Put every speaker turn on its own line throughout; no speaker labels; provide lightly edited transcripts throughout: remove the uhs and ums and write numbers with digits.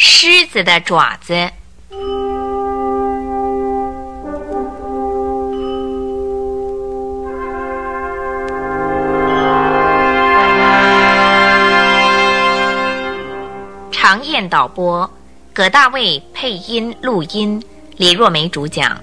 狮子的爪子。常燕导播，葛大卫配音录音，李若梅主讲。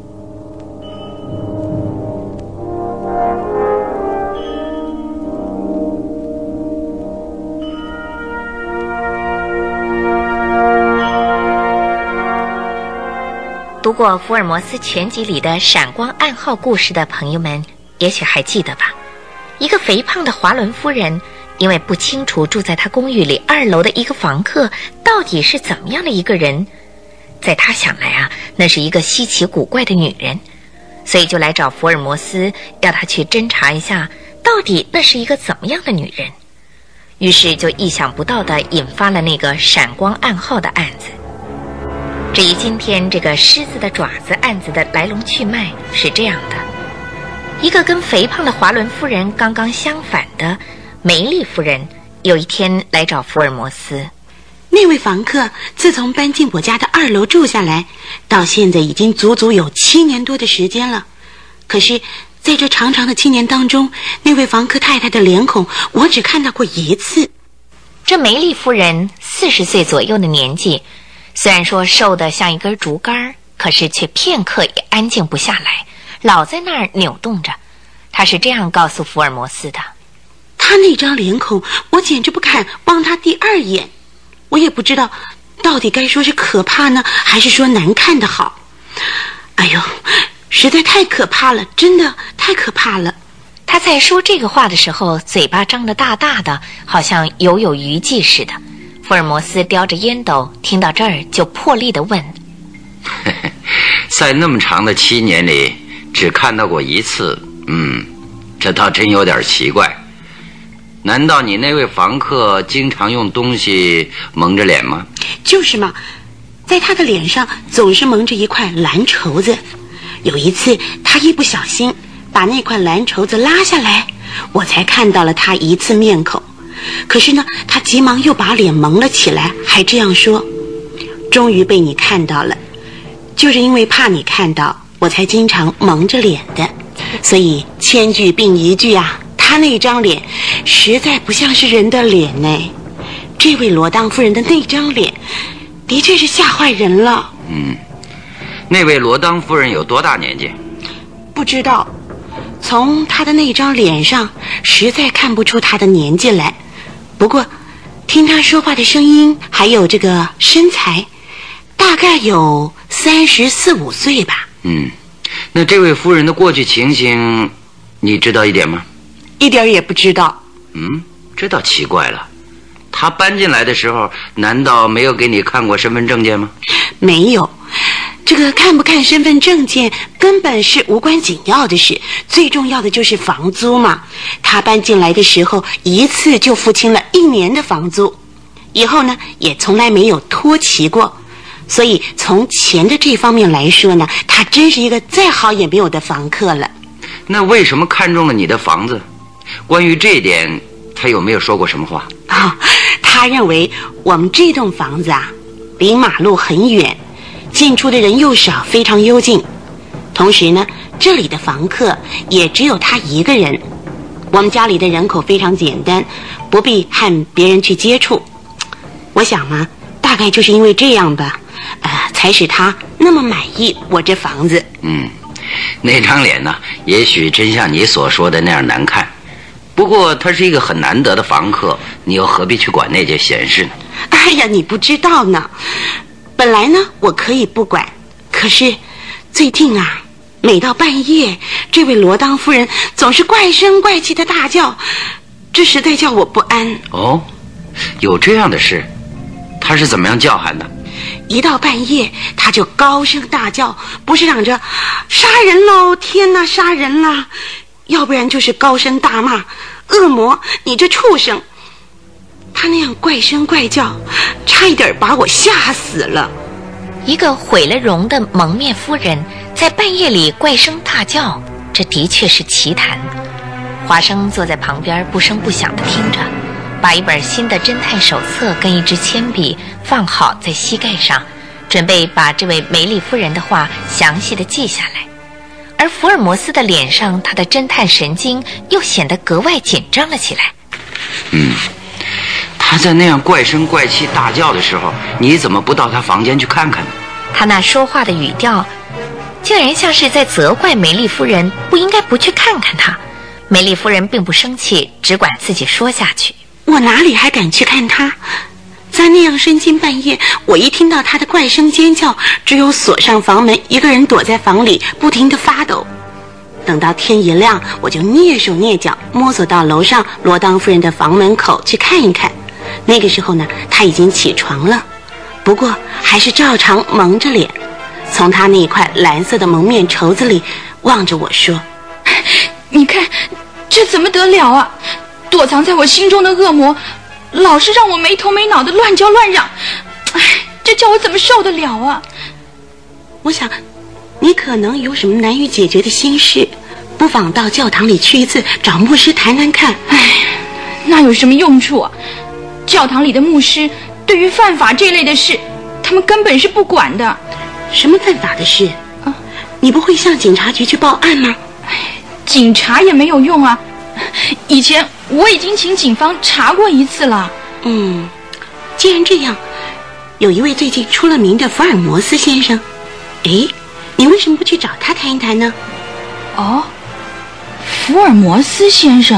读过福尔摩斯全集里的闪光暗号故事的朋友们也许还记得吧，一个肥胖的华伦夫人因为不清楚住在她公寓里2楼的一个房客到底是怎么样的一个人，在她想来啊，那是一个稀奇古怪的女人，所以就来找福尔摩斯，要他去侦查一下到底那是一个怎么样的女人。于是就意想不到地引发了那个闪光暗号的案子。至于今天这个狮子的爪子案子的来龙去脉是这样的，一个跟肥胖的华伦夫人刚刚相反的梅丽夫人有一天来找福尔摩斯。
那位房客自从搬进我家的2楼住下来，到现在已经足足有7年多的时间了。可是在这长长的7年当中，那位房客太太的脸孔我只看到过1次。
这梅丽夫人40岁左右的年纪，虽然说瘦得像一根竹竿，可是却片刻也安静不下来，老在那儿扭动着。她是这样告诉福尔摩斯的：
她那张脸孔我简直不敢望她第2眼，我也不知道到底该说是可怕呢，还是说难看的好。哎呦，实在太可怕了，真的太可怕了。
她在说这个话的时候，嘴巴张得大大的，好像有余悸似的。福尔摩斯叼着烟斗，听到这儿就破例地问：
在那么长的7年里只看到过1次，这倒真有点奇怪。难道你那位房客经常用东西蒙着脸吗？
就是嘛，在他的脸上总是蒙着一块蓝绸子。有一次他一不小心把那块蓝绸子拉下来，我才看到了他1次面孔。可是呢，他急忙又把脸蒙了起来，还这样说：终于被你看到了，就是因为怕你看到，我才经常蒙着脸的。所以千句并一句啊，他那张脸实在不像是人的脸呢。这位罗当夫人的那张脸的确是吓坏人了。
那位罗当夫人有多大年纪？
不知道，从她的那张脸上实在看不出她的年纪来。不过听她说话的声音还有这个身材，大概有34、35岁吧。
那这位夫人的过去情形你知道一点吗？
一点也不知道。
这倒奇怪了，她搬进来的时候难道没有给你看过身份证件吗？
没有，这个看不看身份证件根本是无关紧要的事，最重要的就是房租嘛。他搬进来的时候1次就付清了1年的房租，以后呢也从来没有拖期过。所以从钱的这方面来说呢，他真是一个再好也没有的房客了。
那为什么看中了你的房子？关于这一点他有没有说过什么话？
他认为我们这栋房子啊离马路很远，进出的人又少，非常幽静。同时呢，这里的房客也只有他一个人。我们家里的人口非常简单，不必和别人去接触。我想嘛，大概就是因为这样吧，才使他那么满意我这房子。
那张脸呢，也许真像你所说的那样难看。不过他是一个很难得的房客，你又何必去管那件闲事呢？
哎呀，你不知道呢。本来呢，我可以不管，可是最近啊，每到半夜，这位罗当夫人总是怪声怪气的大叫，这实在叫我不安。
有这样的事？她是怎么样叫喊的？
一到半夜，她就高声大叫，不是嚷着杀人喽，天哪，杀人啦，要不然就是高声大骂恶魔，你这畜生。她那样怪声怪叫，差一点把我吓死了。
一个毁了容的蒙面夫人在半夜里怪声大叫，这的确是奇谈。华生坐在旁边不声不响地听着， 把一本新的侦探手册跟一支铅笔放好在膝盖上，准备把这位梅丽夫人的话详细的记下来。而福尔摩斯的脸上，他的侦探神经又显得格外紧张了起来。
他在那样怪声怪气大叫的时候，你怎么不到他房间去看看呢？
他那说话的语调竟然像是在责怪梅丽夫人不应该不去看看他。梅丽夫人并不生气，只管自己说下去。
我哪里还敢去看他？在那样深更半夜，我一听到他的怪声尖叫，只有锁上房门，一个人躲在房里不停地发抖。等到天一亮，我就蹑手蹑脚摸索到楼上罗当夫人的房门口去看一看。那个时候呢，他已经起床了，不过还是照常蒙着脸，从他那一块蓝色的蒙面绸子里望着我说：
你看这怎么得了啊，躲藏在我心中的恶魔老是让我没头没脑的乱叫乱嚷，这叫我怎么受得了啊。
我想你可能有什么难以解决的心事，不妨到教堂里去一次，找牧师谈谈看。
那有什么用处啊？教堂里的牧师对于犯法这类的事，他们根本是不管的。
什么犯法的事？你不会向警察局去报案吗？
警察也没有用啊，以前我已经请警方查过一次了。
既然这样，有一位最近出了名的福尔摩斯先生，你为什么不去找他谈一谈呢？
福尔摩斯先生，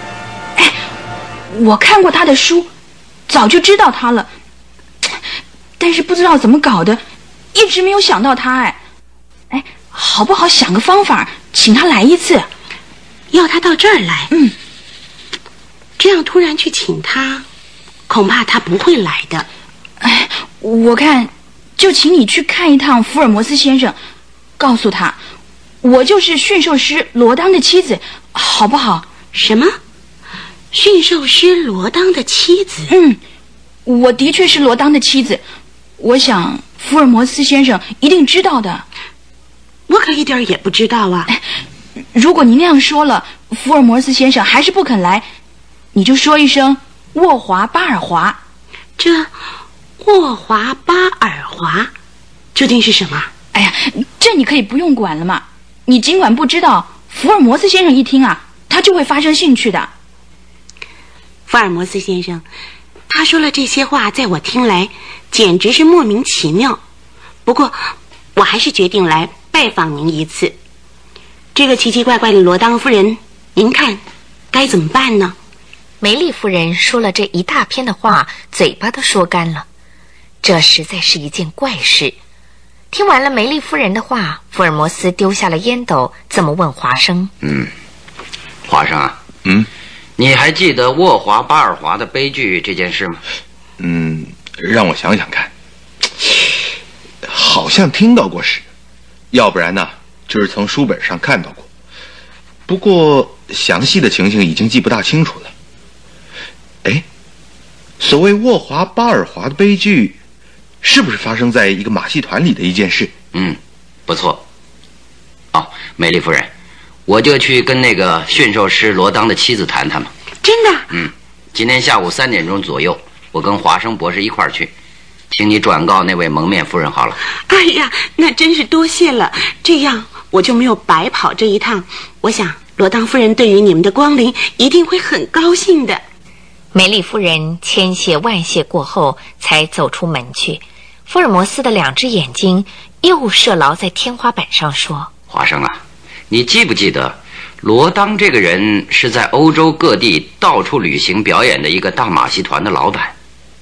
我看过他的书，早就知道他了，但是不知道怎么搞的，一直没有想到他。好不好想个方法请他来一次？
要他到这儿来？这样突然去请他，恐怕他不会来的。
我看就请你去看一趟福尔摩斯先生，告诉他我就是驯兽师罗当的妻子，好不好？
什么？驯兽师罗当的妻子？
我的确是罗当的妻子，我想福尔摩斯先生一定知道的。
我可一点也不知道啊。
如果你那样说了，福尔摩斯先生还是不肯来，你就说一声沃华巴尔华。
这沃华巴尔华究竟是什么？
这你可以不用管了嘛。你尽管不知道，福尔摩斯先生一听他就会发生兴趣的。
福尔摩斯先生，他说了这些话，在我听来简直是莫名其妙。不过我还是决定来拜访您一次。这个奇奇怪怪的罗当夫人，您看该怎么办呢？
梅丽夫人说了这一大篇的话，嘴巴都说干了。这实在是一件怪事。听完了梅丽夫人的话，福尔摩斯丢下了烟斗，这么问华生：
华生啊，你还记得沃华巴尔华的悲剧这件事吗？
让我想想看，好像听到过事，要不然呢就是从书本上看到过，不过详细的情形已经记不大清楚了。所谓沃华巴尔华的悲剧，是不是发生在一个马戏团里的一件事？
不错。梅丽夫人，我就去跟那个驯兽师罗当的妻子谈谈嘛。
真的？
今天下午3点钟左右，我跟华生博士一块儿去，请你转告那位蒙面夫人好了。
那真是多谢了，这样我就没有白跑这一趟。我想罗当夫人对于你们的光临一定会很高兴的。
梅丽夫人千谢万谢过后，才走出门去。福尔摩斯的2只眼睛又射牢在天花板上，说：
华生啊，你记不记得罗当这个人是在欧洲各地到处旅行表演的一个大马戏团的老板？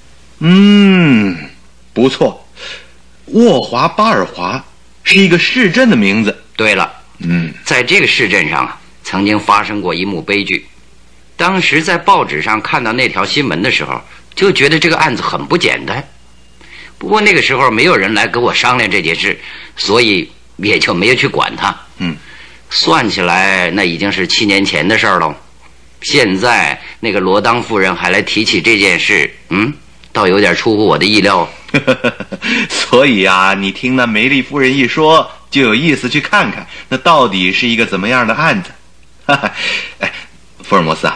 不错，沃华巴尔华是一个市镇的名字。
对了，在这个市镇上曾经发生过一幕悲剧。当时在报纸上看到那条新闻的时候，就觉得这个案子很不简单。不过那个时候没有人来跟我商量这件事，所以也就没有去管它。算起来那已经是7年前的事儿了。现在那个罗当夫人还来提起这件事，倒有点出乎我的意料。
所以你听那梅丽夫人一说，就有意思去看看那到底是一个怎么样的案子。福尔摩斯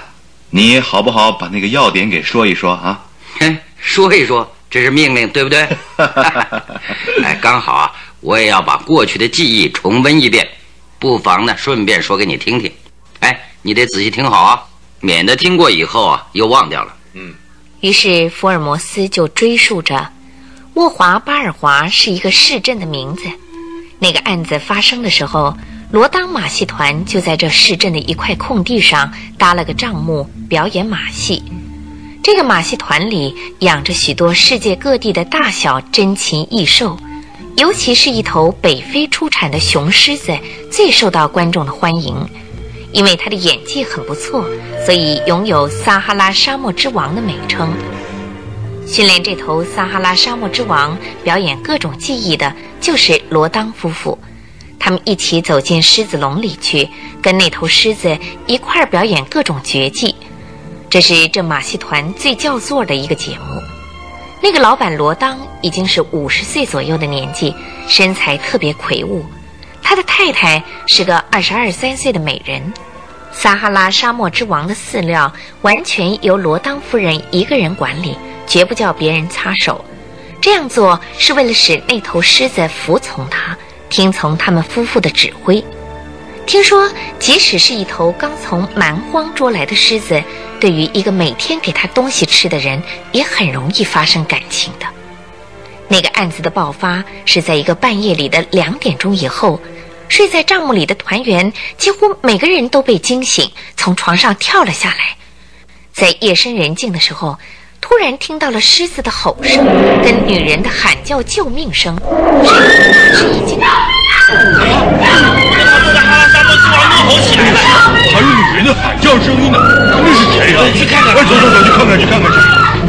你好不好把那个要点给说一说啊？
说一说，这是命令，对不对？哎，刚好啊，我也要把过去的记忆重温一遍，不妨呢顺便说给你听听。哎，你得仔细听好啊，免得听过以后啊又忘掉了。
于是福尔摩斯就追溯着，沃华巴尔华是一个市镇的名字。那个案子发生的时候，罗当马戏团就在这市镇的一块空地上搭了个帐幕，表演马戏。这个马戏团里养着许多世界各地的大小珍禽异兽，尤其是一头北非出产的雄狮子最受到观众的欢迎。因为他的演技很不错，所以拥有撒哈拉沙漠之王的美称。训练这头撒哈拉沙漠之王表演各种技艺的就是罗当夫妇，他们一起走进狮子笼里去，跟那头狮子一块儿表演各种绝技。这是这马戏团最叫座的一个节目。那个老板罗当已经是50岁左右的年纪，身材特别魁梧。他的太太是个22、23岁的美人。撒哈拉沙漠之王的饲料完全由罗当夫人一个人管理，绝不叫别人插手。这样做是为了使那头狮子服从他，听从他们夫妇的指挥。听说即使是一头刚从蛮荒捉来的狮子，对于一个每天给他东西吃的人也很容易发生感情的。那个案子的爆发是在一个半夜里的2点钟以后，睡在帐幕里的团员几乎每个人都被惊醒，从床上跳了下来。在夜深人静的时候，突然听到了狮子的吼声跟女人的喊叫救命声，谁都大吃一惊。
好起来了！还有女人的喊叫声音呢，那是谁呀？去看看！走，去看看去！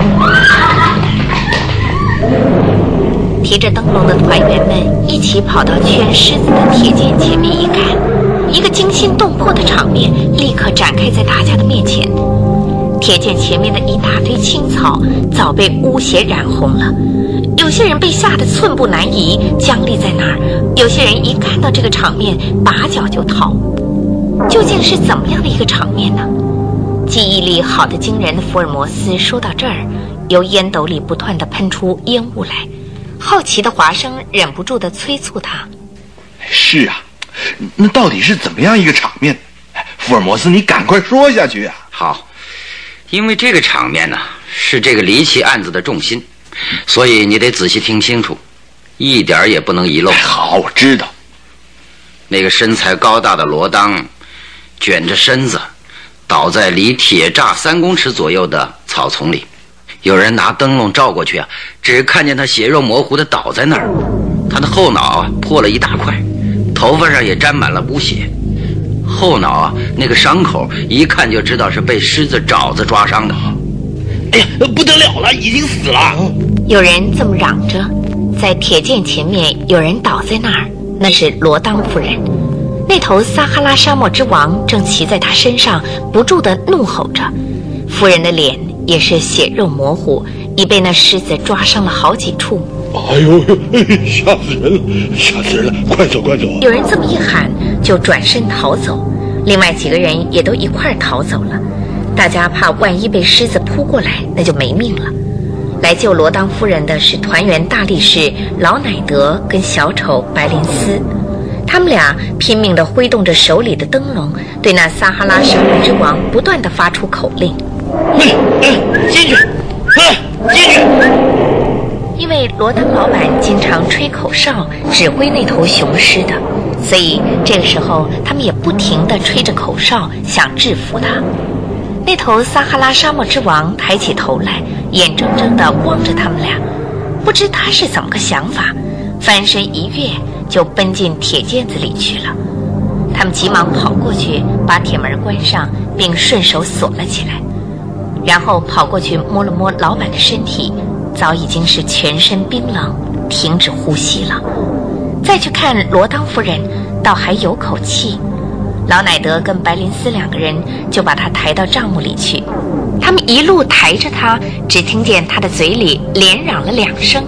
提着灯笼的团员们一起跑到圈狮子的铁剑前面一看，一个惊心动魄的场面立刻展开在大家的面前。铁剑前面的一大堆青草早被污血染红了，有些人被吓得寸步难移，僵立在那儿；有些人一看到这个场面，拔脚就逃。究竟是怎么样的一个场面呢？记忆力好得惊人的福尔摩斯说到这儿，由烟斗里不断地喷出烟雾来。好奇的华生忍不住地催促他：
是啊，那到底是怎么样一个场面？福尔摩斯，你赶快说下去啊！
好，因为这个场面呢是这个离奇案子的重心，所以你得仔细听清楚，一点也不能遗漏。
好，我知道。
那个身材高大的罗当卷着身子倒在离铁栅3公尺左右的草丛里，有人拿灯笼照过去啊，只看见他血肉模糊的倒在那儿，他的后脑啊破了一大块，头发上也沾满了污血，后脑啊那个伤口一看就知道是被狮子爪子抓伤的。
哎呀，不得了了，已经死了！
有人这么嚷着。在铁剑前面有人倒在那儿，那是罗当夫人。那头撒哈拉沙漠之王正骑在他身上，不住地怒吼着。夫人的脸也是血肉模糊，已被那狮子抓伤了好几处。
哎呦，吓死人了，吓死人了！快走，快走！
有人这么一喊，就转身逃走，另外几个人也都一块儿逃走了。大家怕万一被狮子扑过来，那就没命了。来救罗当夫人的是团员大力士老乃德跟小丑白林斯，他们俩拼命地挥动着手里的灯笼，对那撒哈拉沙漠之王不断地发出口令：
进去，进去！
因为罗当老板经常吹口哨指挥那头雄狮的，所以这个时候他们也不停地吹着口哨想制服他。那头撒哈拉沙漠之王抬起头来，眼睁睁地望着他们俩，不知他是怎么个想法，翻身一跃就奔进铁毽子里去了。他们急忙跑过去，把铁门关上，并顺手锁了起来，然后跑过去摸了摸老板的身体，早已经是全身冰冷，停止呼吸了。再去看罗当夫人，倒还有口气。老乃德跟白林斯两个人就把他抬到帐幕里去，他们一路抬着他，只听见他的嘴里连嚷了2声：“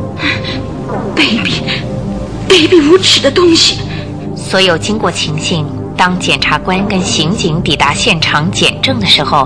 卑鄙无耻的东西！”所有经过情形，当检察官跟刑警抵达现场检证的时候，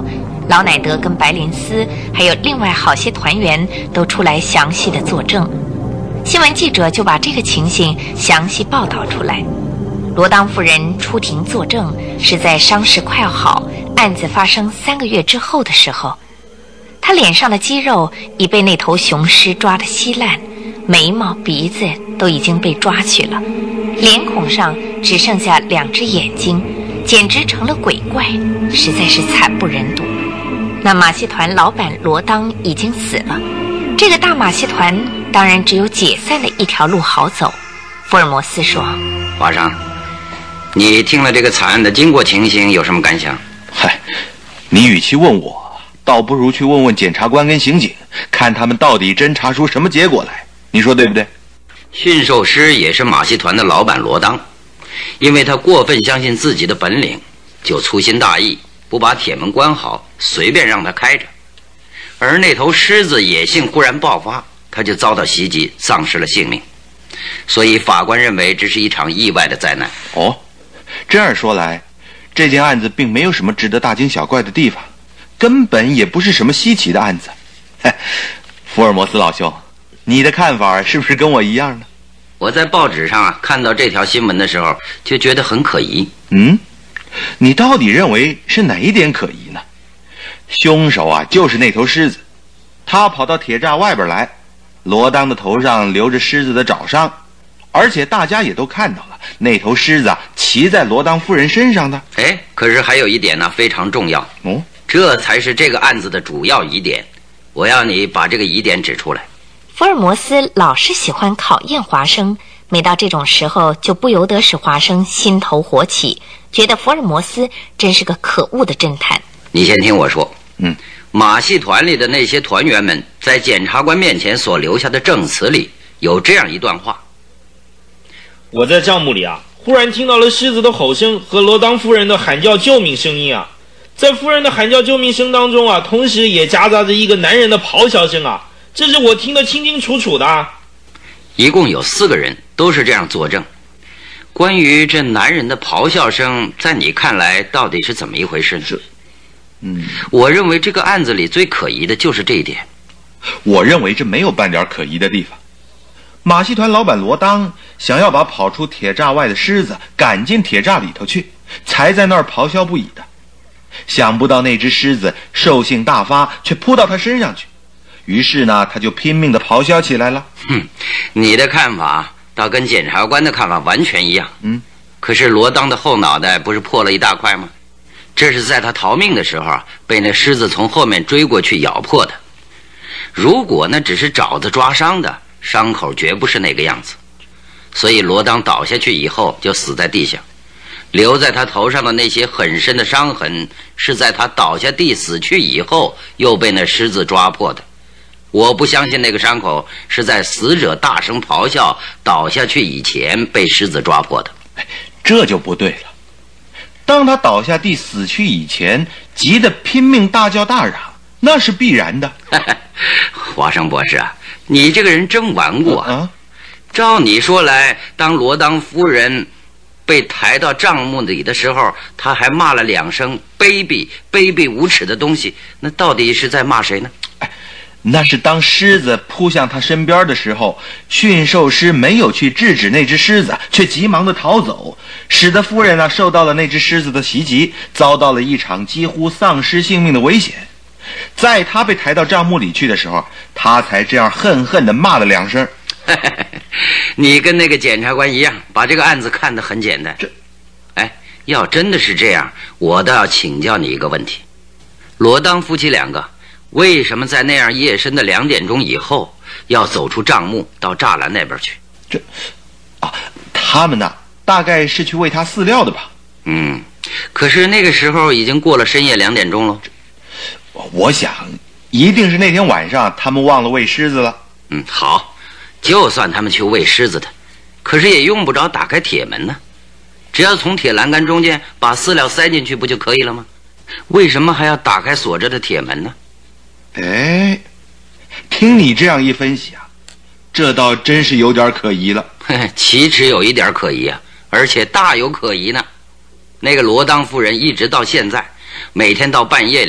劳乃德跟白林斯还有另外好些团员都出来详细的作证。新闻记者就把这个情形详细报道出来。罗当夫人出庭作证是在伤势快要好、案子发生3个月之后的时候，她脸上的肌肉已被那头雄狮抓得稀烂，眉毛、鼻子都已经被抓去了，脸孔上只剩下2只眼睛，简直成了鬼怪，实在是惨不忍睹。那马戏团老板罗当已经死了，这个大马戏团当然只有解散的一条路好走。福尔摩斯说：
华生，你听了这个惨案的经过情形有什么感想？
嗨，你与其问我，倒不如去问问检察官跟刑警，看他们到底侦查出什么结果来，你说对不对？
驯兽师也是马戏团的老板罗当，因为他过分相信自己的本领，就粗心大意，不把铁门关好，随便让他开着。而那头狮子野性忽然爆发，他就遭到袭击，丧失了性命。所以法官认为这是一场意外的灾难。
哦，这样说来，这件案子并没有什么值得大惊小怪的地方，根本也不是什么稀奇的案子。福尔摩斯老兄，你的看法是不是跟我一样呢？
我在报纸上看到这条新闻的时候，就觉得很可疑。
你到底认为是哪一点可疑呢？凶手就是那头狮子，他跑到铁栅外边来，罗当的头上留着狮子的爪伤，而且大家也都看到了，那头狮子骑在罗当夫人身上的。
可是还有一点呢，非常重要。这才是这个案子的主要疑点。我要你把这个疑点指出来。
福尔摩斯老是喜欢考验华生，每到这种时候就不由得使华生心头火起，觉得福尔摩斯真是个可恶的侦探。
你先听我说。马戏团里的那些团员们在检察官面前所留下的证词里有这样一段话：
我在帐幕里忽然听到了狮子的吼声和罗当夫人的喊叫救命声音在夫人的喊叫救命声当中同时也夹杂着一个男人的咆哮声这是我听得清清楚楚的。
一共有4个人都是这样作证。关于这男人的咆哮声，在你看来到底是怎么一回事呢？我认为这个案子里最可疑的就是这一点。
我认为这没有半点可疑的地方。马戏团老板罗当想要把跑出铁栅外的狮子赶进铁栅里头去，才在那儿咆哮不已的。想不到那只狮子兽性大发，却扑到他身上去，于是呢，他就拼命地咆哮起来了。
你的看法倒跟检察官的看法完全一样。可是罗当的后脑袋不是破了一大块吗？这是在他逃命的时候被那狮子从后面追过去咬破的。如果那只是爪子抓伤的，伤口绝不是那个样子。所以罗当倒下去以后就死在地上，留在他头上的那些很深的伤痕，是在他倒下地死去以后又被那狮子抓破的。我不相信那个伤口是在死者大声咆哮倒下去以前被狮子抓破的。
这就不对了。当他倒下地死去以前，急得拼命大叫大嚷，那是必然的。
华生博士你这个人真顽固照你说来，当罗当夫人被抬到帐幕里的时候，他还骂了2声卑鄙无耻的东西，那到底是在骂谁呢？
那是当狮子扑向他身边的时候，驯兽师没有去制止那只狮子，却急忙地逃走，使得夫人受到了那只狮子的袭击，遭到了一场几乎丧失性命的危险。在他被抬到帐幕里去的时候，他才这样恨恨地骂了2声。
你跟那个检察官一样，把这个案子看得很简单。要真的是这样，我倒要请教你一个问题：罗当夫妻2个为什么在那样夜深的2点钟以后要走出帐幕到栅栏那边去？
他们大概是去为他饲料的吧。
可是那个时候已经过了深夜2点钟了。
我想一定是那天晚上他们忘了喂狮子了。
好，就算他们去喂狮子的，可是也用不着打开铁门呢，只要从铁栏杆中间把饲料塞进去不就可以了吗？为什么还要打开锁着的铁门呢？
听你这样一分析这倒真是有点可疑了。
岂止有一点可疑而且大有可疑呢。那个罗当夫人一直到现在，每天到半夜里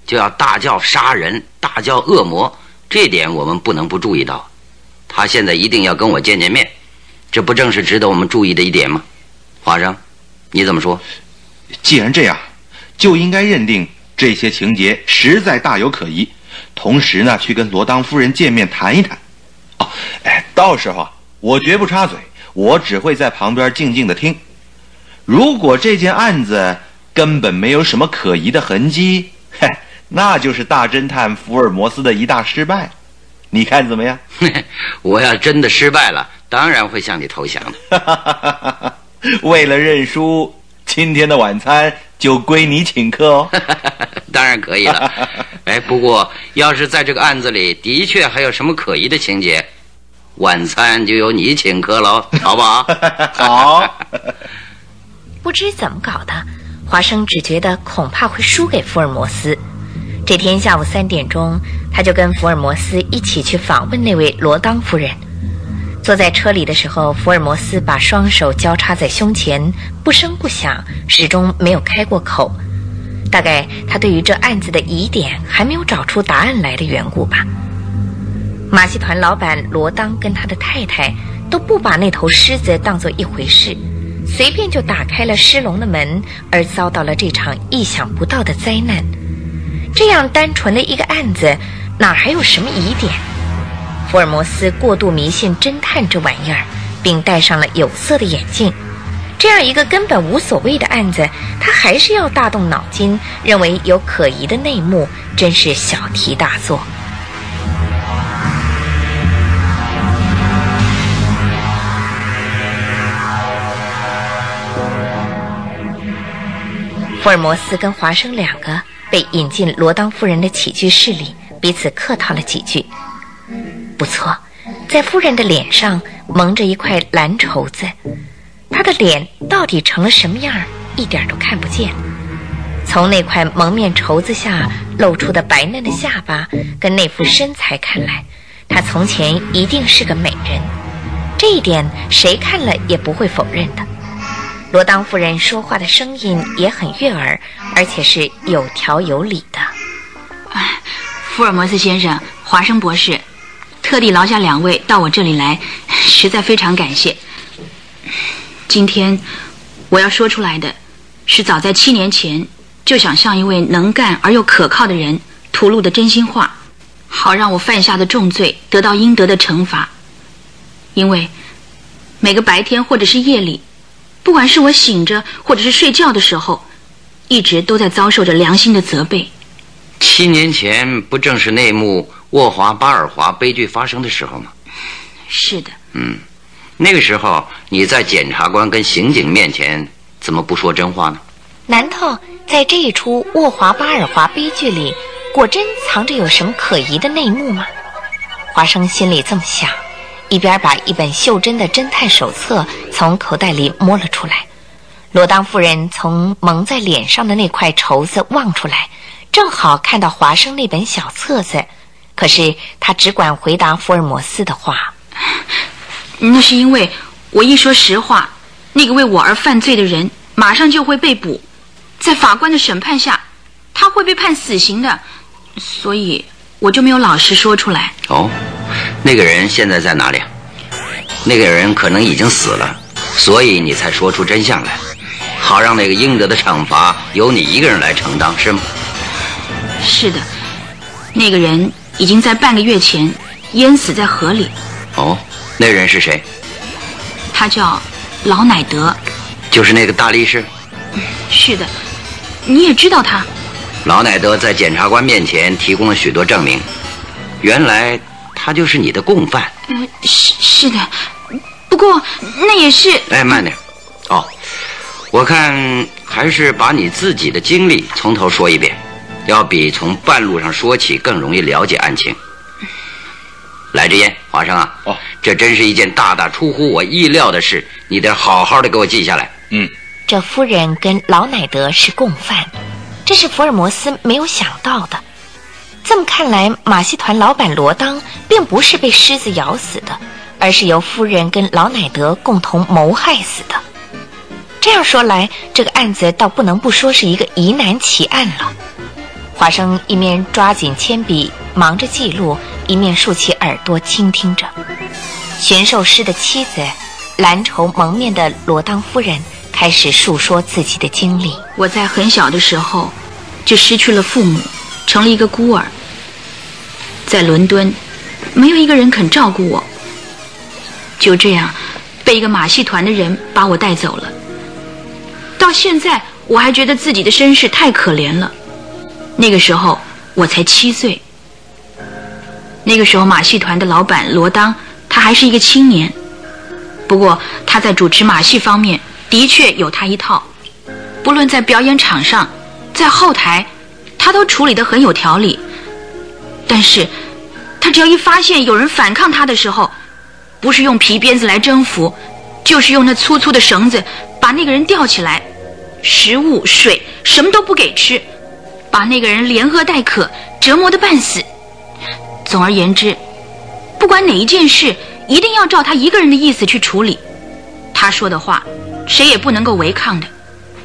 就要大叫杀人，大叫恶魔，这点我们不能不注意到。他现在一定要跟我见面，这不正是值得我们注意的一点吗？华生，你怎么说？
既然这样，就应该认定这些情节实在大有可疑，同时呢，去跟罗当夫人见面谈一谈。到时候啊，我绝不插嘴，我只会在旁边静静的听。如果这件案子根本没有什么可疑的痕迹，那就是大侦探福尔摩斯的一大失败。你看怎么样？
我要真的失败了，当然会向你投降的。
为了认输，今天的晚餐就归你请客哦。
当然可以了。不过要是在这个案子里的确还有什么可疑的情节，晚餐就由你请客喽，好不好？
好。
不知怎么搞的，华生只觉得恐怕会输给福尔摩斯。这天下午3点钟，他就跟福尔摩斯一起去访问那位罗当夫人。坐在车里的时候，福尔摩斯把双手交叉在胸前，不声不响，始终没有开过口。大概他对于这案子的疑点还没有找出答案来的缘故吧。马戏团老板罗当跟他的太太都不把那头狮子当作一回事，随便就打开了狮笼的门，而遭到了这场意想不到的灾难。这样单纯的一个案子，哪还有什么疑点？福尔摩斯过度迷信侦探这玩意儿，并戴上了有色的眼镜。这样一个根本无所谓的案子，他还是要大动脑筋，认为有可疑的内幕，真是小题大做。福尔摩斯跟华生2个被引进罗当夫人的起居室里，彼此客套了几句。不错，在夫人的脸上蒙着一块蓝绸子，她的脸到底成了什么样，一点都看不见。从那块蒙面绸子下露出的白嫩的下巴跟那副身材看来，她从前一定是个美人，这一点谁看了也不会否认的。罗当夫人说话的声音也很悦耳，而且是有条有理的。
福尔摩斯先生，华生博士，特地劳下2位到我这里来，实在非常感谢。今天我要说出来的是早在7年前就想向一位能干而又可靠的人吐露的真心话，好让我犯下的重罪得到应得的惩罚。因为每个白天或者是夜里，不管是我醒着或者是睡觉的时候，一直都在遭受着良心的责备。
7年前不正是那幕沃华巴尔华悲剧发生的时候吗？
是的。
那个时候你在检察官跟刑警面前怎么不说真话呢？
难道在这一出沃华巴尔华悲剧里，果真藏着有什么可疑的内幕吗？华生心里这么想，一边把一本袖珍的侦探手册从口袋里摸了出来。罗当夫人从蒙在脸上的那块绸子望出来，正好看到华生那本小册子，可是他只管回答福尔摩斯的话。
那是因为我一说实话，那个为我而犯罪的人马上就会被捕，在法官的审判下他会被判死刑的，所以我就没有老实说出来。
那个人现在在哪里啊？那个人可能已经死了，所以你才说出真相来，好让那个应得的惩罚由你一个人来承担，是吗？
是的，那个人已经在半个月前淹死在河里。
那人是谁？
他叫劳乃德。
就是那个大力士？
是的，你也知道他。
劳乃德在检察官面前提供了许多证明，原来他就是你的共犯。
是的，不过那也是……
慢点。我看还是把你自己的经历从头说一遍，要比从半路上说起更容易了解案情。来支烟，华生啊，这真是一件大大出乎我意料的事，你得好好的给我记下来。
这夫人跟劳乃德是共犯，这是福尔摩斯没有想到的。这么看来，马戏团老板罗当并不是被狮子咬死的，而是由夫人跟劳乃德共同谋害死的。这样说来，这个案子倒不能不说是一个疑难奇案了。 华生一面抓紧铅笔忙着记录，一面竖起耳朵倾听着。驯兽师的妻子，蓝绸蒙面的罗当夫人开始述说自己的经历。
我在很小的时候就失去了父母，成了一个孤儿。在伦敦，没有一个人肯照顾我，就这样被一个马戏团的人把我带走了。到现在我还觉得自己的身世太可怜了。那个时候我才7岁。那个时候马戏团的老板罗当，他还是一个青年，不过他在主持马戏方面的确有他一套，不论在表演场上，在后台，他都处理得很有条理。但是他只要一发现有人反抗他的时候，不是用皮鞭子来征服，就是用那粗粗的绳子把那个人吊起来，食物水什么都不给吃，把那个人连饿带渴，折磨得半死。总而言之，不管哪一件事，一定要照他一个人的意思去处理。他说的话，谁也不能够违抗的。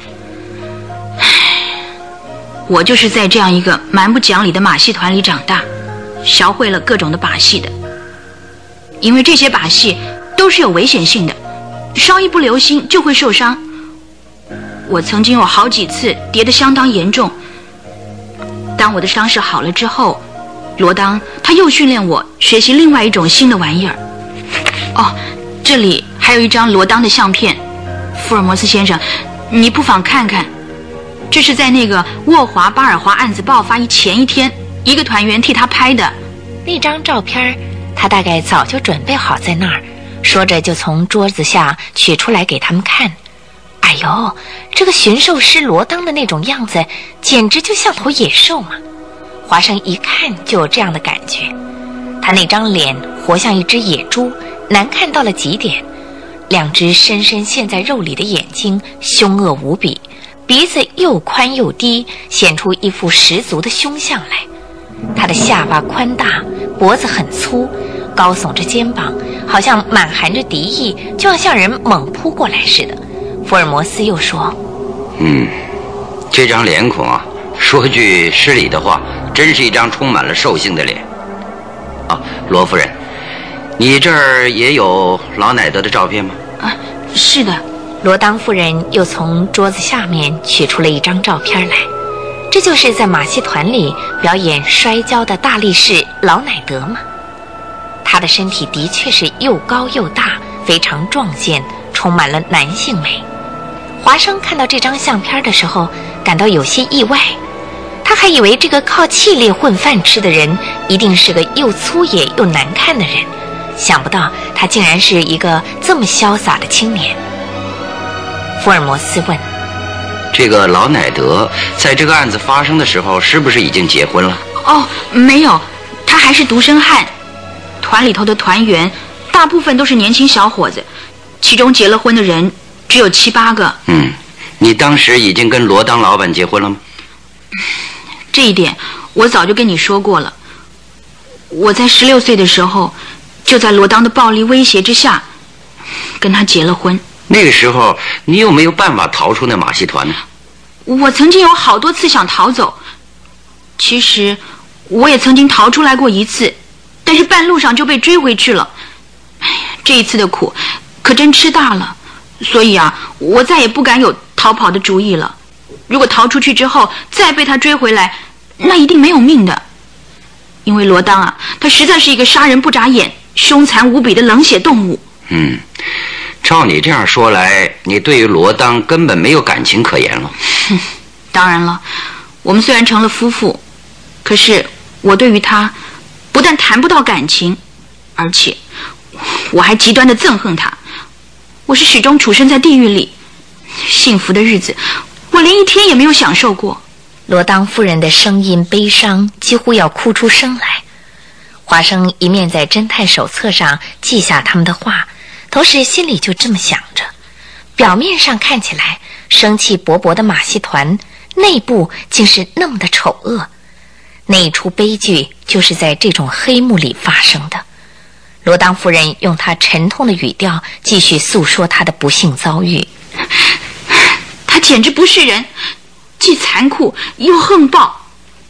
我就是在这样一个蛮不讲理的马戏团里长大，学会了各种的把戏的。因为这些把戏都是有危险性的，稍一不留心就会受伤。我曾经有好几次跌得相当严重。当我的伤势好了之后，罗当他又训练我学习另外一种新的玩意儿。哦，这里还有一张罗当的相片，福尔摩斯先生，你不妨看看。这是在那个沃华巴尔华案子爆发前一天，一个团员替他拍的。
那张照片他大概早就准备好在那儿，说着就从桌子下取出来给他们看。哎呦，这个驯兽师罗当的那种样子简直就像头野兽嘛。华生一看就有这样的感觉，他那张脸活像一只野猪，难看到了极点，两只深深陷在肉里的眼睛凶恶无比，鼻子又宽又低，显出一副十足的凶相来。他的下巴宽大，脖子很粗，高耸着肩膀，好像满含着敌意，就要向人猛扑过来似的。福尔摩斯又说，
这张脸孔啊，说句失礼的话，真是一张充满了兽性的脸。啊，罗夫人，你这儿也有老乃德的照片吗？
啊，是的。
罗当夫人又从桌子下面取出了一张照片来，这就是在马戏团里表演摔跤的大力士老乃德嘛。他的身体的确是又高又大，非常壮健，充满了男性美。华生看到这张相片的时候感到有些意外，他还以为这个靠气力混饭吃的人一定是个又粗野又难看的人，想不到他竟然是一个这么潇洒的青年。福尔摩斯问，
这个老乃德在这个案子发生的时候是不是已经结婚了？
哦，没有，他还是独身汉。团里头的团员大部分都是年轻小伙子，其中结了婚的人只有7、8个。
你当时已经跟罗当老板结婚了吗？
这一点我早就跟你说过了。我在16岁的时候，就在罗当的暴力威胁之下，跟他结了婚。
那个时候你有没有办法逃出那马戏团呢？
我曾经有好多次想逃走，其实我也曾经逃出来过一次，但是半路上就被追回去了。哎呀，这一次的苦可真吃大了，所以啊，我再也不敢有逃跑的主意了。如果逃出去之后再被他追回来，那一定没有命的。因为罗当啊，他实在是一个杀人不眨眼、凶残无比的冷血动物。
照你这样说来，你对于罗当根本没有感情可言了。
当然了，我们虽然成了夫妇，可是我对于他不但谈不到感情，而且我还极端的憎恨他。我是始终处身在地狱里，幸福的日子我连一天也没有享受过。
罗当夫人的声音悲伤，几乎要哭出声来。华生一面在侦探手册上记下他们的话，同时心里就这么想着。表面上看起来生气勃勃的马戏团，内部竟是那么的丑恶。那一出悲剧就是在这种黑幕里发生的。罗当夫人用她沉痛的语调继续诉说她的不幸遭遇。
他简直不是人，既残酷又横暴。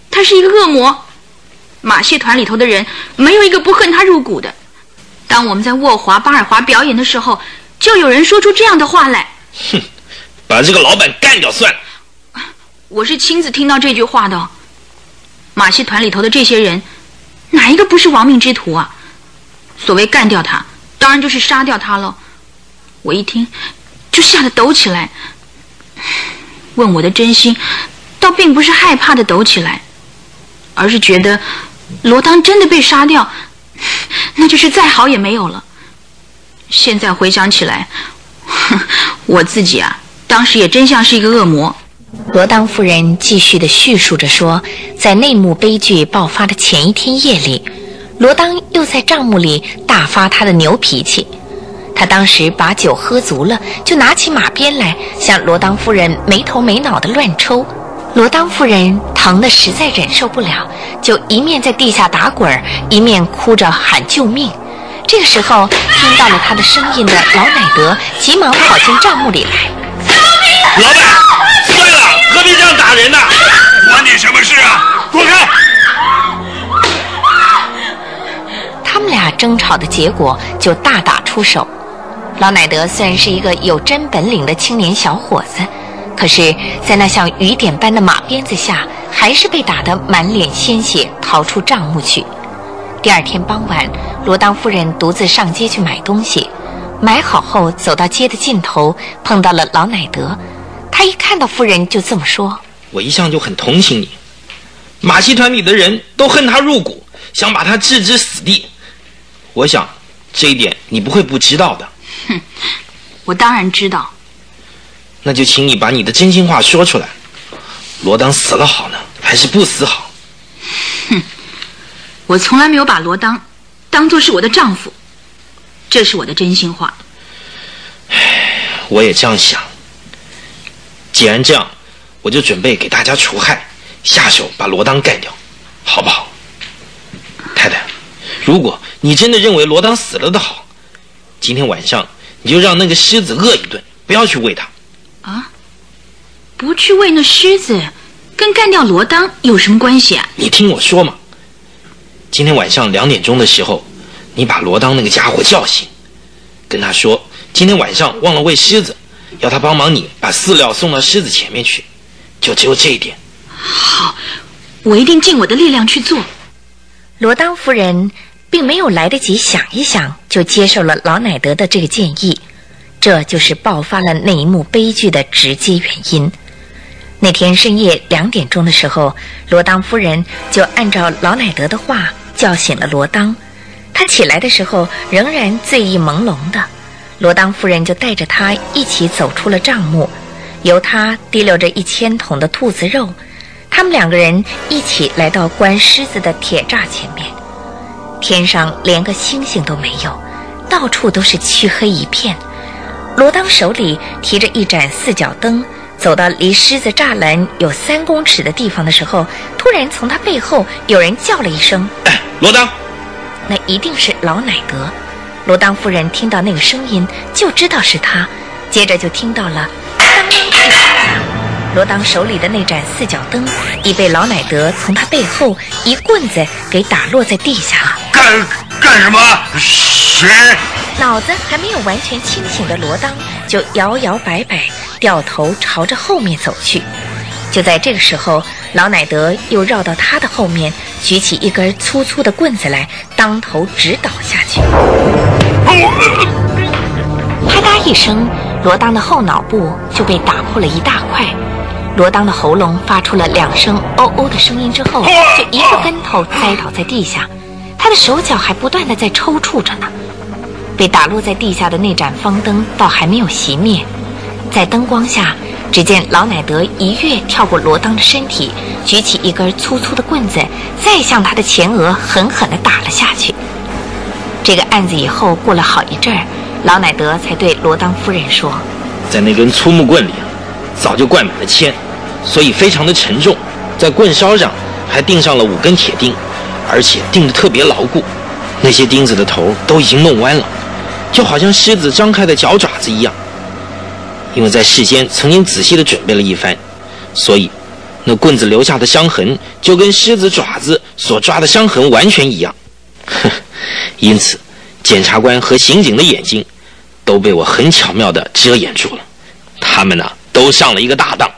他是一个恶魔。马戏团里头的人没有一个不恨他入骨的。当我们在沃华、巴尔华表演的时候，就有人说出这样的话来：
哼，把这个老板干掉算了。
我是亲自听到这句话的。马戏团里头的这些人，哪一个不是亡命之徒啊？所谓干掉他，当然就是杀掉他了。我一听就吓得抖起来。问我的真心，倒并不是害怕的抖起来，而是觉得罗当真的被杀掉，那就是再好也没有了。现在回想起来，我自己啊，当时也真像是一个恶魔。
罗当夫人继续地叙述着说，在内幕悲剧爆发的前一天夜里，罗当又在帐幕里大发他的牛脾气。他当时把酒喝足了，就拿起马鞭来向罗当夫人没头没脑地乱抽。罗当夫人疼得实在忍受不了，就一面在地下打滚，一面哭着喊救命。这个时候，听到了他的声音的老乃德急忙跑进帐幕里来。
老板，算了，何必这样打人呢？
关你什么事啊？滚开！
他们俩争吵的结果就大打出手。老乃德虽然是一个有真本领的青年小伙子，可是在那像雨点般的马鞭子下，还是被打得满脸鲜血，逃出帐幕去。第二天傍晚，罗当夫人独自上街去买东西，买好后走到街的尽头，碰到了老乃德。他一看到夫人就这么说：
我一向就很同情你，马戏团里的人都恨他入骨，想把他置之死地。我想这一点你不会不知道的。
哼，我当然知道。
那就请你把你的真心话说出来，罗当死了好呢，还是不死好？
哼，我从来没有把罗当作是我的丈夫，这是我的真心话。
我也这样想。既然这样，我就准备给大家除害，下手把罗当干掉，好不好？太太，如果你真的认为罗当死了的好，今天晚上你就让那个狮子饿一顿，不要去喂它。
啊？不去喂那狮子，跟干掉罗当有什么关系啊？
你听我说嘛。今天晚上2点钟的时候，你把罗当那个家伙叫醒，跟他说今天晚上忘了喂狮子，要他帮忙你把饲料送到狮子前面去，就只有这一点。
好，我一定尽我的力量去做。
罗当夫人并没有来得及想一想，就接受了老乃德的这个建议，这就是爆发了那一幕悲剧的直接原因。那天深夜2点钟的时候，罗当夫人就按照老乃德的话叫醒了罗当。他起来的时候仍然醉意朦胧的，罗当夫人就带着他一起走出了帐幕，由他提溜着1000桶的兔子肉，他们2个人一起来到关狮子的铁栅前面。天上连个星星都没有，到处都是黢黑一片。罗当手里提着一盏4角灯，走到离狮子栅栏有3公尺的地方的时候，突然从他背后有人叫了一声：
哎，罗当！
那一定是老乃德。罗当夫人听到那个声音就知道是他，接着就听到了当啷一声响，罗当手里的那盏4角灯已被老乃德从他背后一棍子给打落在地下。
干什么？谁？
脑子还没有完全清醒的罗当就摇摇摆摆掉头朝着后面走去。就在这个时候，老乃德又绕到他的后面，举起一根粗粗的棍子来，当头直倒下去。啪嗒一声，罗当的后脑部就被打破了一大块。罗当的喉咙发出了2声哦哦的声音之后，就一个跟头栽倒在地下，他的手脚还不断地在抽搐着呢。被打落在地下的那盏方灯倒还没有熄灭，在灯光下，只见老乃德一跃跳过罗当的身体，举起一根粗粗的棍子，再向他的前额狠狠地打了下去。这个案子以后过了好一阵儿，老乃德才对罗当夫人说：
在那根粗木棍里早就灌满了铅，所以非常的沉重，在棍梢上还钉上了5根铁钉，而且钉得特别牢固。那些钉子的头都已经弄弯了，就好像狮子张开的脚爪子一样。因为在事先曾经仔细地准备了一番，所以那棍子留下的伤痕就跟狮子爪子所抓的伤痕完全一样。因此，检察官和刑警的眼睛都被我很巧妙地遮掩住了，他们呢都上了一个大当。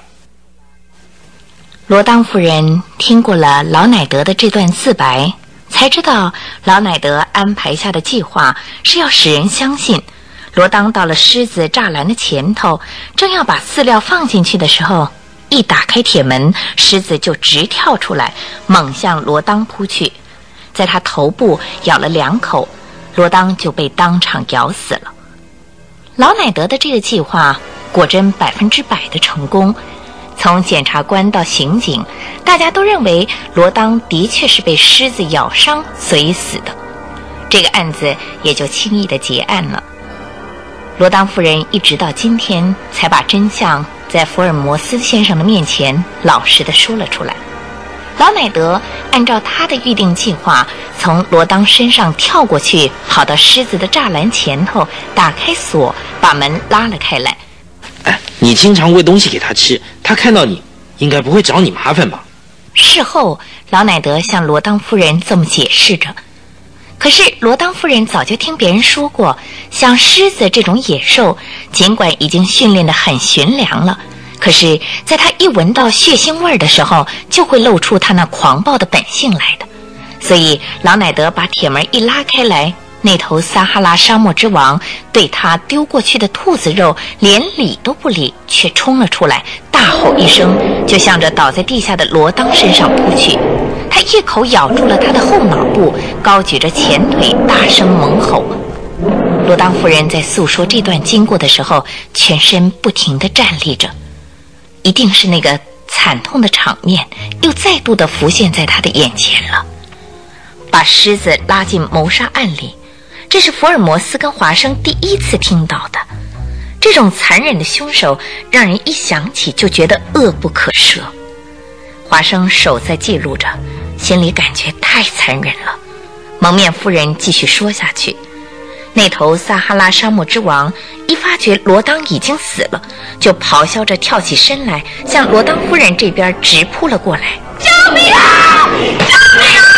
罗当夫人听过了老乃德的这段自白，才知道老乃德安排下的计划是要使人相信罗当到了狮子栅栏的前头，正要把饲料放进去的时候，一打开铁门，狮子就直跳出来，猛向罗当扑去，在他头部咬了2口，罗当就被当场咬死了。老乃德的这个计划果真100%的成功，从检察官到刑警，大家都认为罗当的确是被狮子咬伤所以死的，这个案子也就轻易的结案了。罗当夫人一直到今天才把真相在福尔摩斯先生的面前老实地说了出来。老乃德按照他的预定计划，从罗当身上跳过去，跑到狮子的栅栏前头，打开锁，把门拉了开来。
你经常喂东西给他吃，他看到你应该不会找你麻烦吧？
事后老乃德向罗当夫人这么解释着。可是罗当夫人早就听别人说过，像狮子这种野兽，尽管已经训练得很驯良了，可是在他一闻到血腥味的时候，就会露出他那狂暴的本性来的。所以老乃德把铁门一拉开来，那头撒哈拉沙漠之王对他丢过去的兔子肉连理都不理，却冲了出来，大吼一声，就向着倒在地下的罗当身上扑去。他一口咬住了他的后脑部，高举着前腿，大声猛吼。罗当夫人在诉说这段经过的时候，全身不停地站立着，一定是那个惨痛的场面又再度地浮现在他的眼前了。把狮子拉进谋杀案里，这是福尔摩斯跟华生第一次听到的。这种残忍的凶手让人一想起就觉得恶不可赦。华生手在记录着，心里感觉太残忍了。蒙面夫人继续说下去，那头撒哈拉沙漠之王一发觉罗当已经死了，就咆哮着跳起身来，向罗当夫人这边直扑了过来。救命啊！救命啊！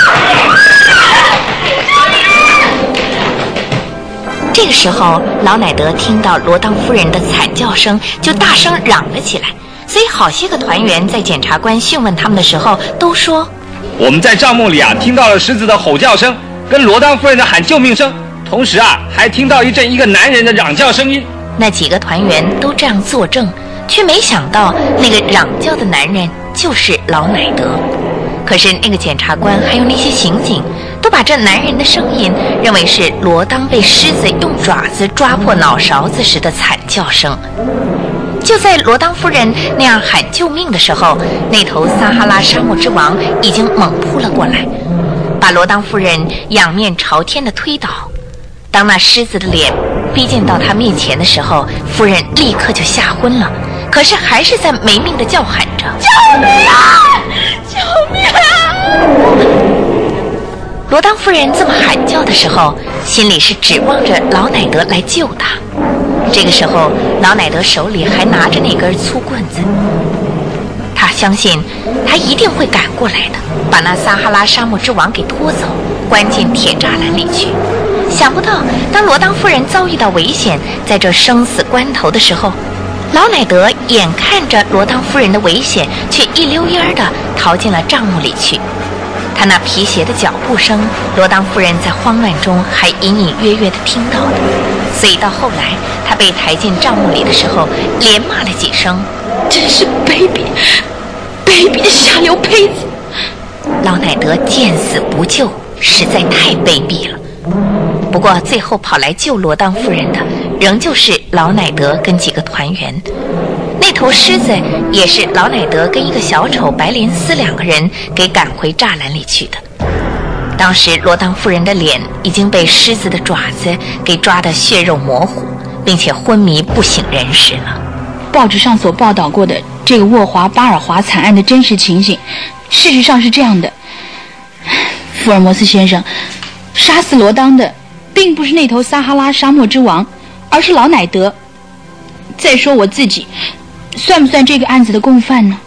这个时候老乃德听到罗当夫人的惨叫声，就大声嚷了起来。所以好些个团员在检察官讯问他们的时候都说，
我们在帐幕里听到了狮子的吼叫声跟罗当夫人的喊救命声，同时还听到一个男人的嚷叫声音。
那几个团员都这样作证，却没想到那个嚷叫的男人就是老乃德。可是那个检察官还有那些刑警都把这男人的声音认为是罗当被狮子用爪子抓破脑勺子时的惨叫声。就在罗当夫人那样喊救命的时候，那头撒哈拉沙漠之王已经猛扑了过来，把罗当夫人仰面朝天的推倒。当那狮子的脸逼近到他面前的时候，夫人立刻就吓昏了，可是还是在没命的叫喊着：救命啊！救命啊！罗当夫人这么喊叫的时候，心里是指望着老乃德来救她。这个时候老乃德手里还拿着那根粗棍子，他相信他一定会赶过来的，把那撒哈拉沙漠之王给拖走，关进铁栅栏里去。想不到当罗当夫人遭遇到危险，在这生死关头的时候，老乃德眼看着罗当夫人的危险，却一溜烟地逃进了帐幕里去。他那皮鞋的脚步声，罗当夫人在慌乱中还隐隐约约地听到的，所以到后来他被抬进帐幕里的时候，连骂了几声：真是卑鄙的下流胚子！老乃德见死不救，实在太卑鄙了。不过最后跑来救罗当夫人的仍旧是老乃德跟几个团员。那头狮子也是老乃德跟一个小丑白莲斯2个人给赶回栅栏里去的。当时罗当夫人的脸已经被狮子的爪子给抓得血肉模糊，并且昏迷不省人事了。
报纸上所报道过的这个沃华巴尔华惨案的真实情形，事实上是这样的：福尔摩斯先生，杀死罗当的并不是那头撒哈拉沙漠之王，而是老乃德。再说我自己，算不算这个案子的共犯呢？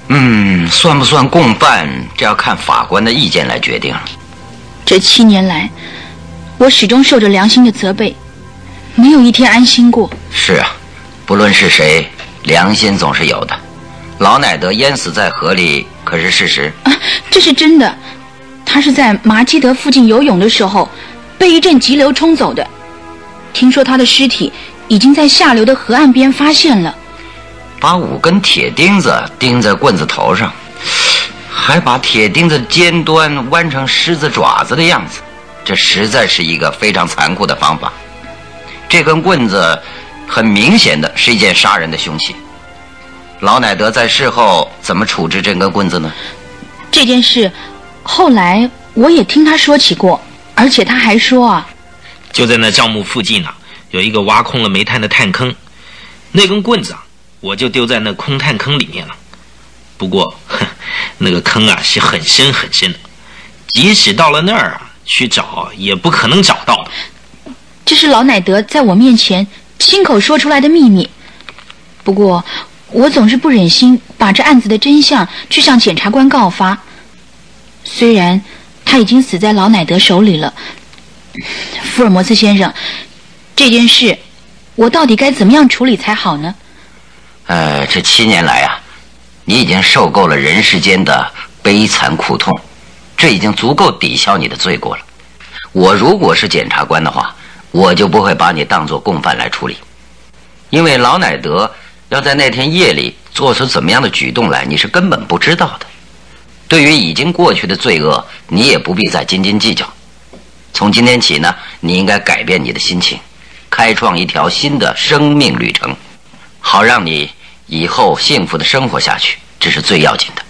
算不算共犯，这要看法官的意见来决定了。
这7年来，我始终受着良心的责备，没有一天安心过。
是啊，不论是谁，良心总是有的。老乃德淹死在河里可是事实
啊，这是真的。他是在麻基德附近游泳的时候，被一阵急流冲走的。听说他的尸体已经在下流的河岸边发现了。
把5根铁钉子钉在棍子头上，还把铁钉子尖端弯成狮子爪子的样子，这实在是一个非常残酷的方法。这根棍子很明显的是一件杀人的凶器。老乃德在事后怎么处置这根棍子呢？
这件事后来我也听他说起过，而且他还说啊，
就在那账目附近啊，有一个挖空了煤炭的炭坑，那根棍子啊，我就丢在那空炭坑里面了。不过那个坑啊是很深很深的，即使到了那儿啊去找也不可能找到的。
这是老乃德在我面前亲口说出来的秘密。不过我总是不忍心把这案子的真相去向检察官告发。虽然他已经死在老乃德手里了，福尔摩斯先生，这件事我到底该怎么样处理才好呢？
这7年来啊，你已经受够了人世间的悲惨苦痛，这已经足够抵消你的罪过了。我如果是检察官的话，我就不会把你当作共犯来处理，因为老乃德要在那天夜里做出怎么样的举动来，你是根本不知道的。对于已经过去的罪恶，你也不必再斤斤计较。从今天起呢，你应该改变你的心情，开创一条新的生命旅程，好让你以后幸福的生活下去，这是最要紧的。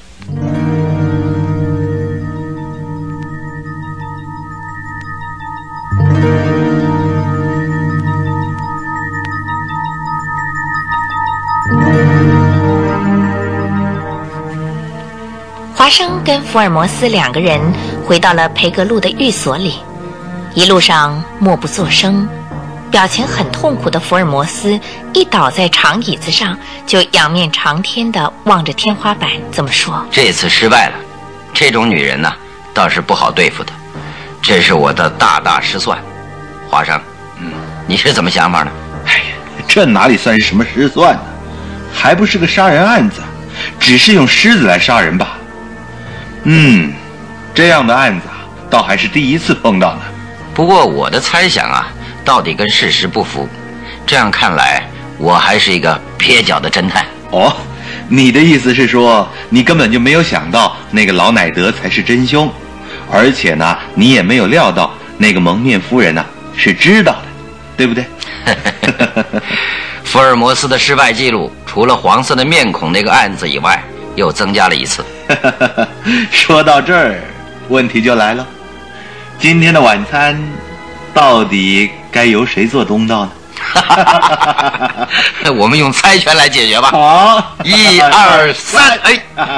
华生跟福尔摩斯2个人回到了培格路的寓所里，一路上默不作声，表情很痛苦的福尔摩斯一倒在长椅子上，就仰面长天地望着天花板，这么说：
这次失败了，这种女人呢，倒是不好对付的，这是我的大失算。华生，你是怎么想法呢？
哎呀，这哪里算是什么失算呢？还不是个杀人案子，只是用狮子来杀人吧。这样的案子啊，倒还是第一次碰到呢。
不过我的猜想啊，到底跟事实不符。这样看来，我还是一个蹩脚的侦探。
哦，你的意思是说，你根本就没有想到那个老乃德才是真凶，而且呢，你也没有料到那个蒙面夫人呢是知道的，对不对？
福尔摩斯的失败记录，除了黄色的面孔那个案子以外，又增加了一次。
说到这儿，问题就来了，今天的晚餐到底该由谁做东道呢？
我们用猜拳来解决吧。
好
，1、2、3，哎。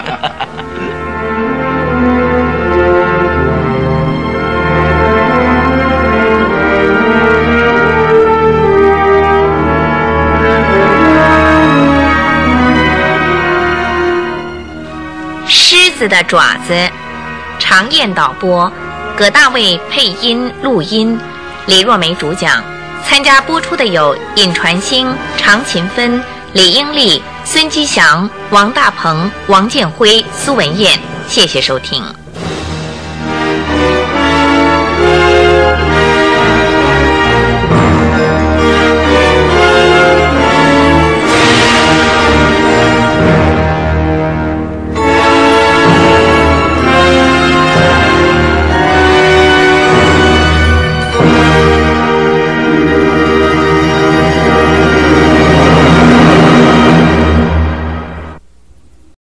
狮子的爪子，常燕导播，葛大卫配音录音，李若梅主讲。参加播出的有尹传兴、常勤芬、李英丽、孙基祥、王大鹏、王建辉、苏文燕。谢谢收听。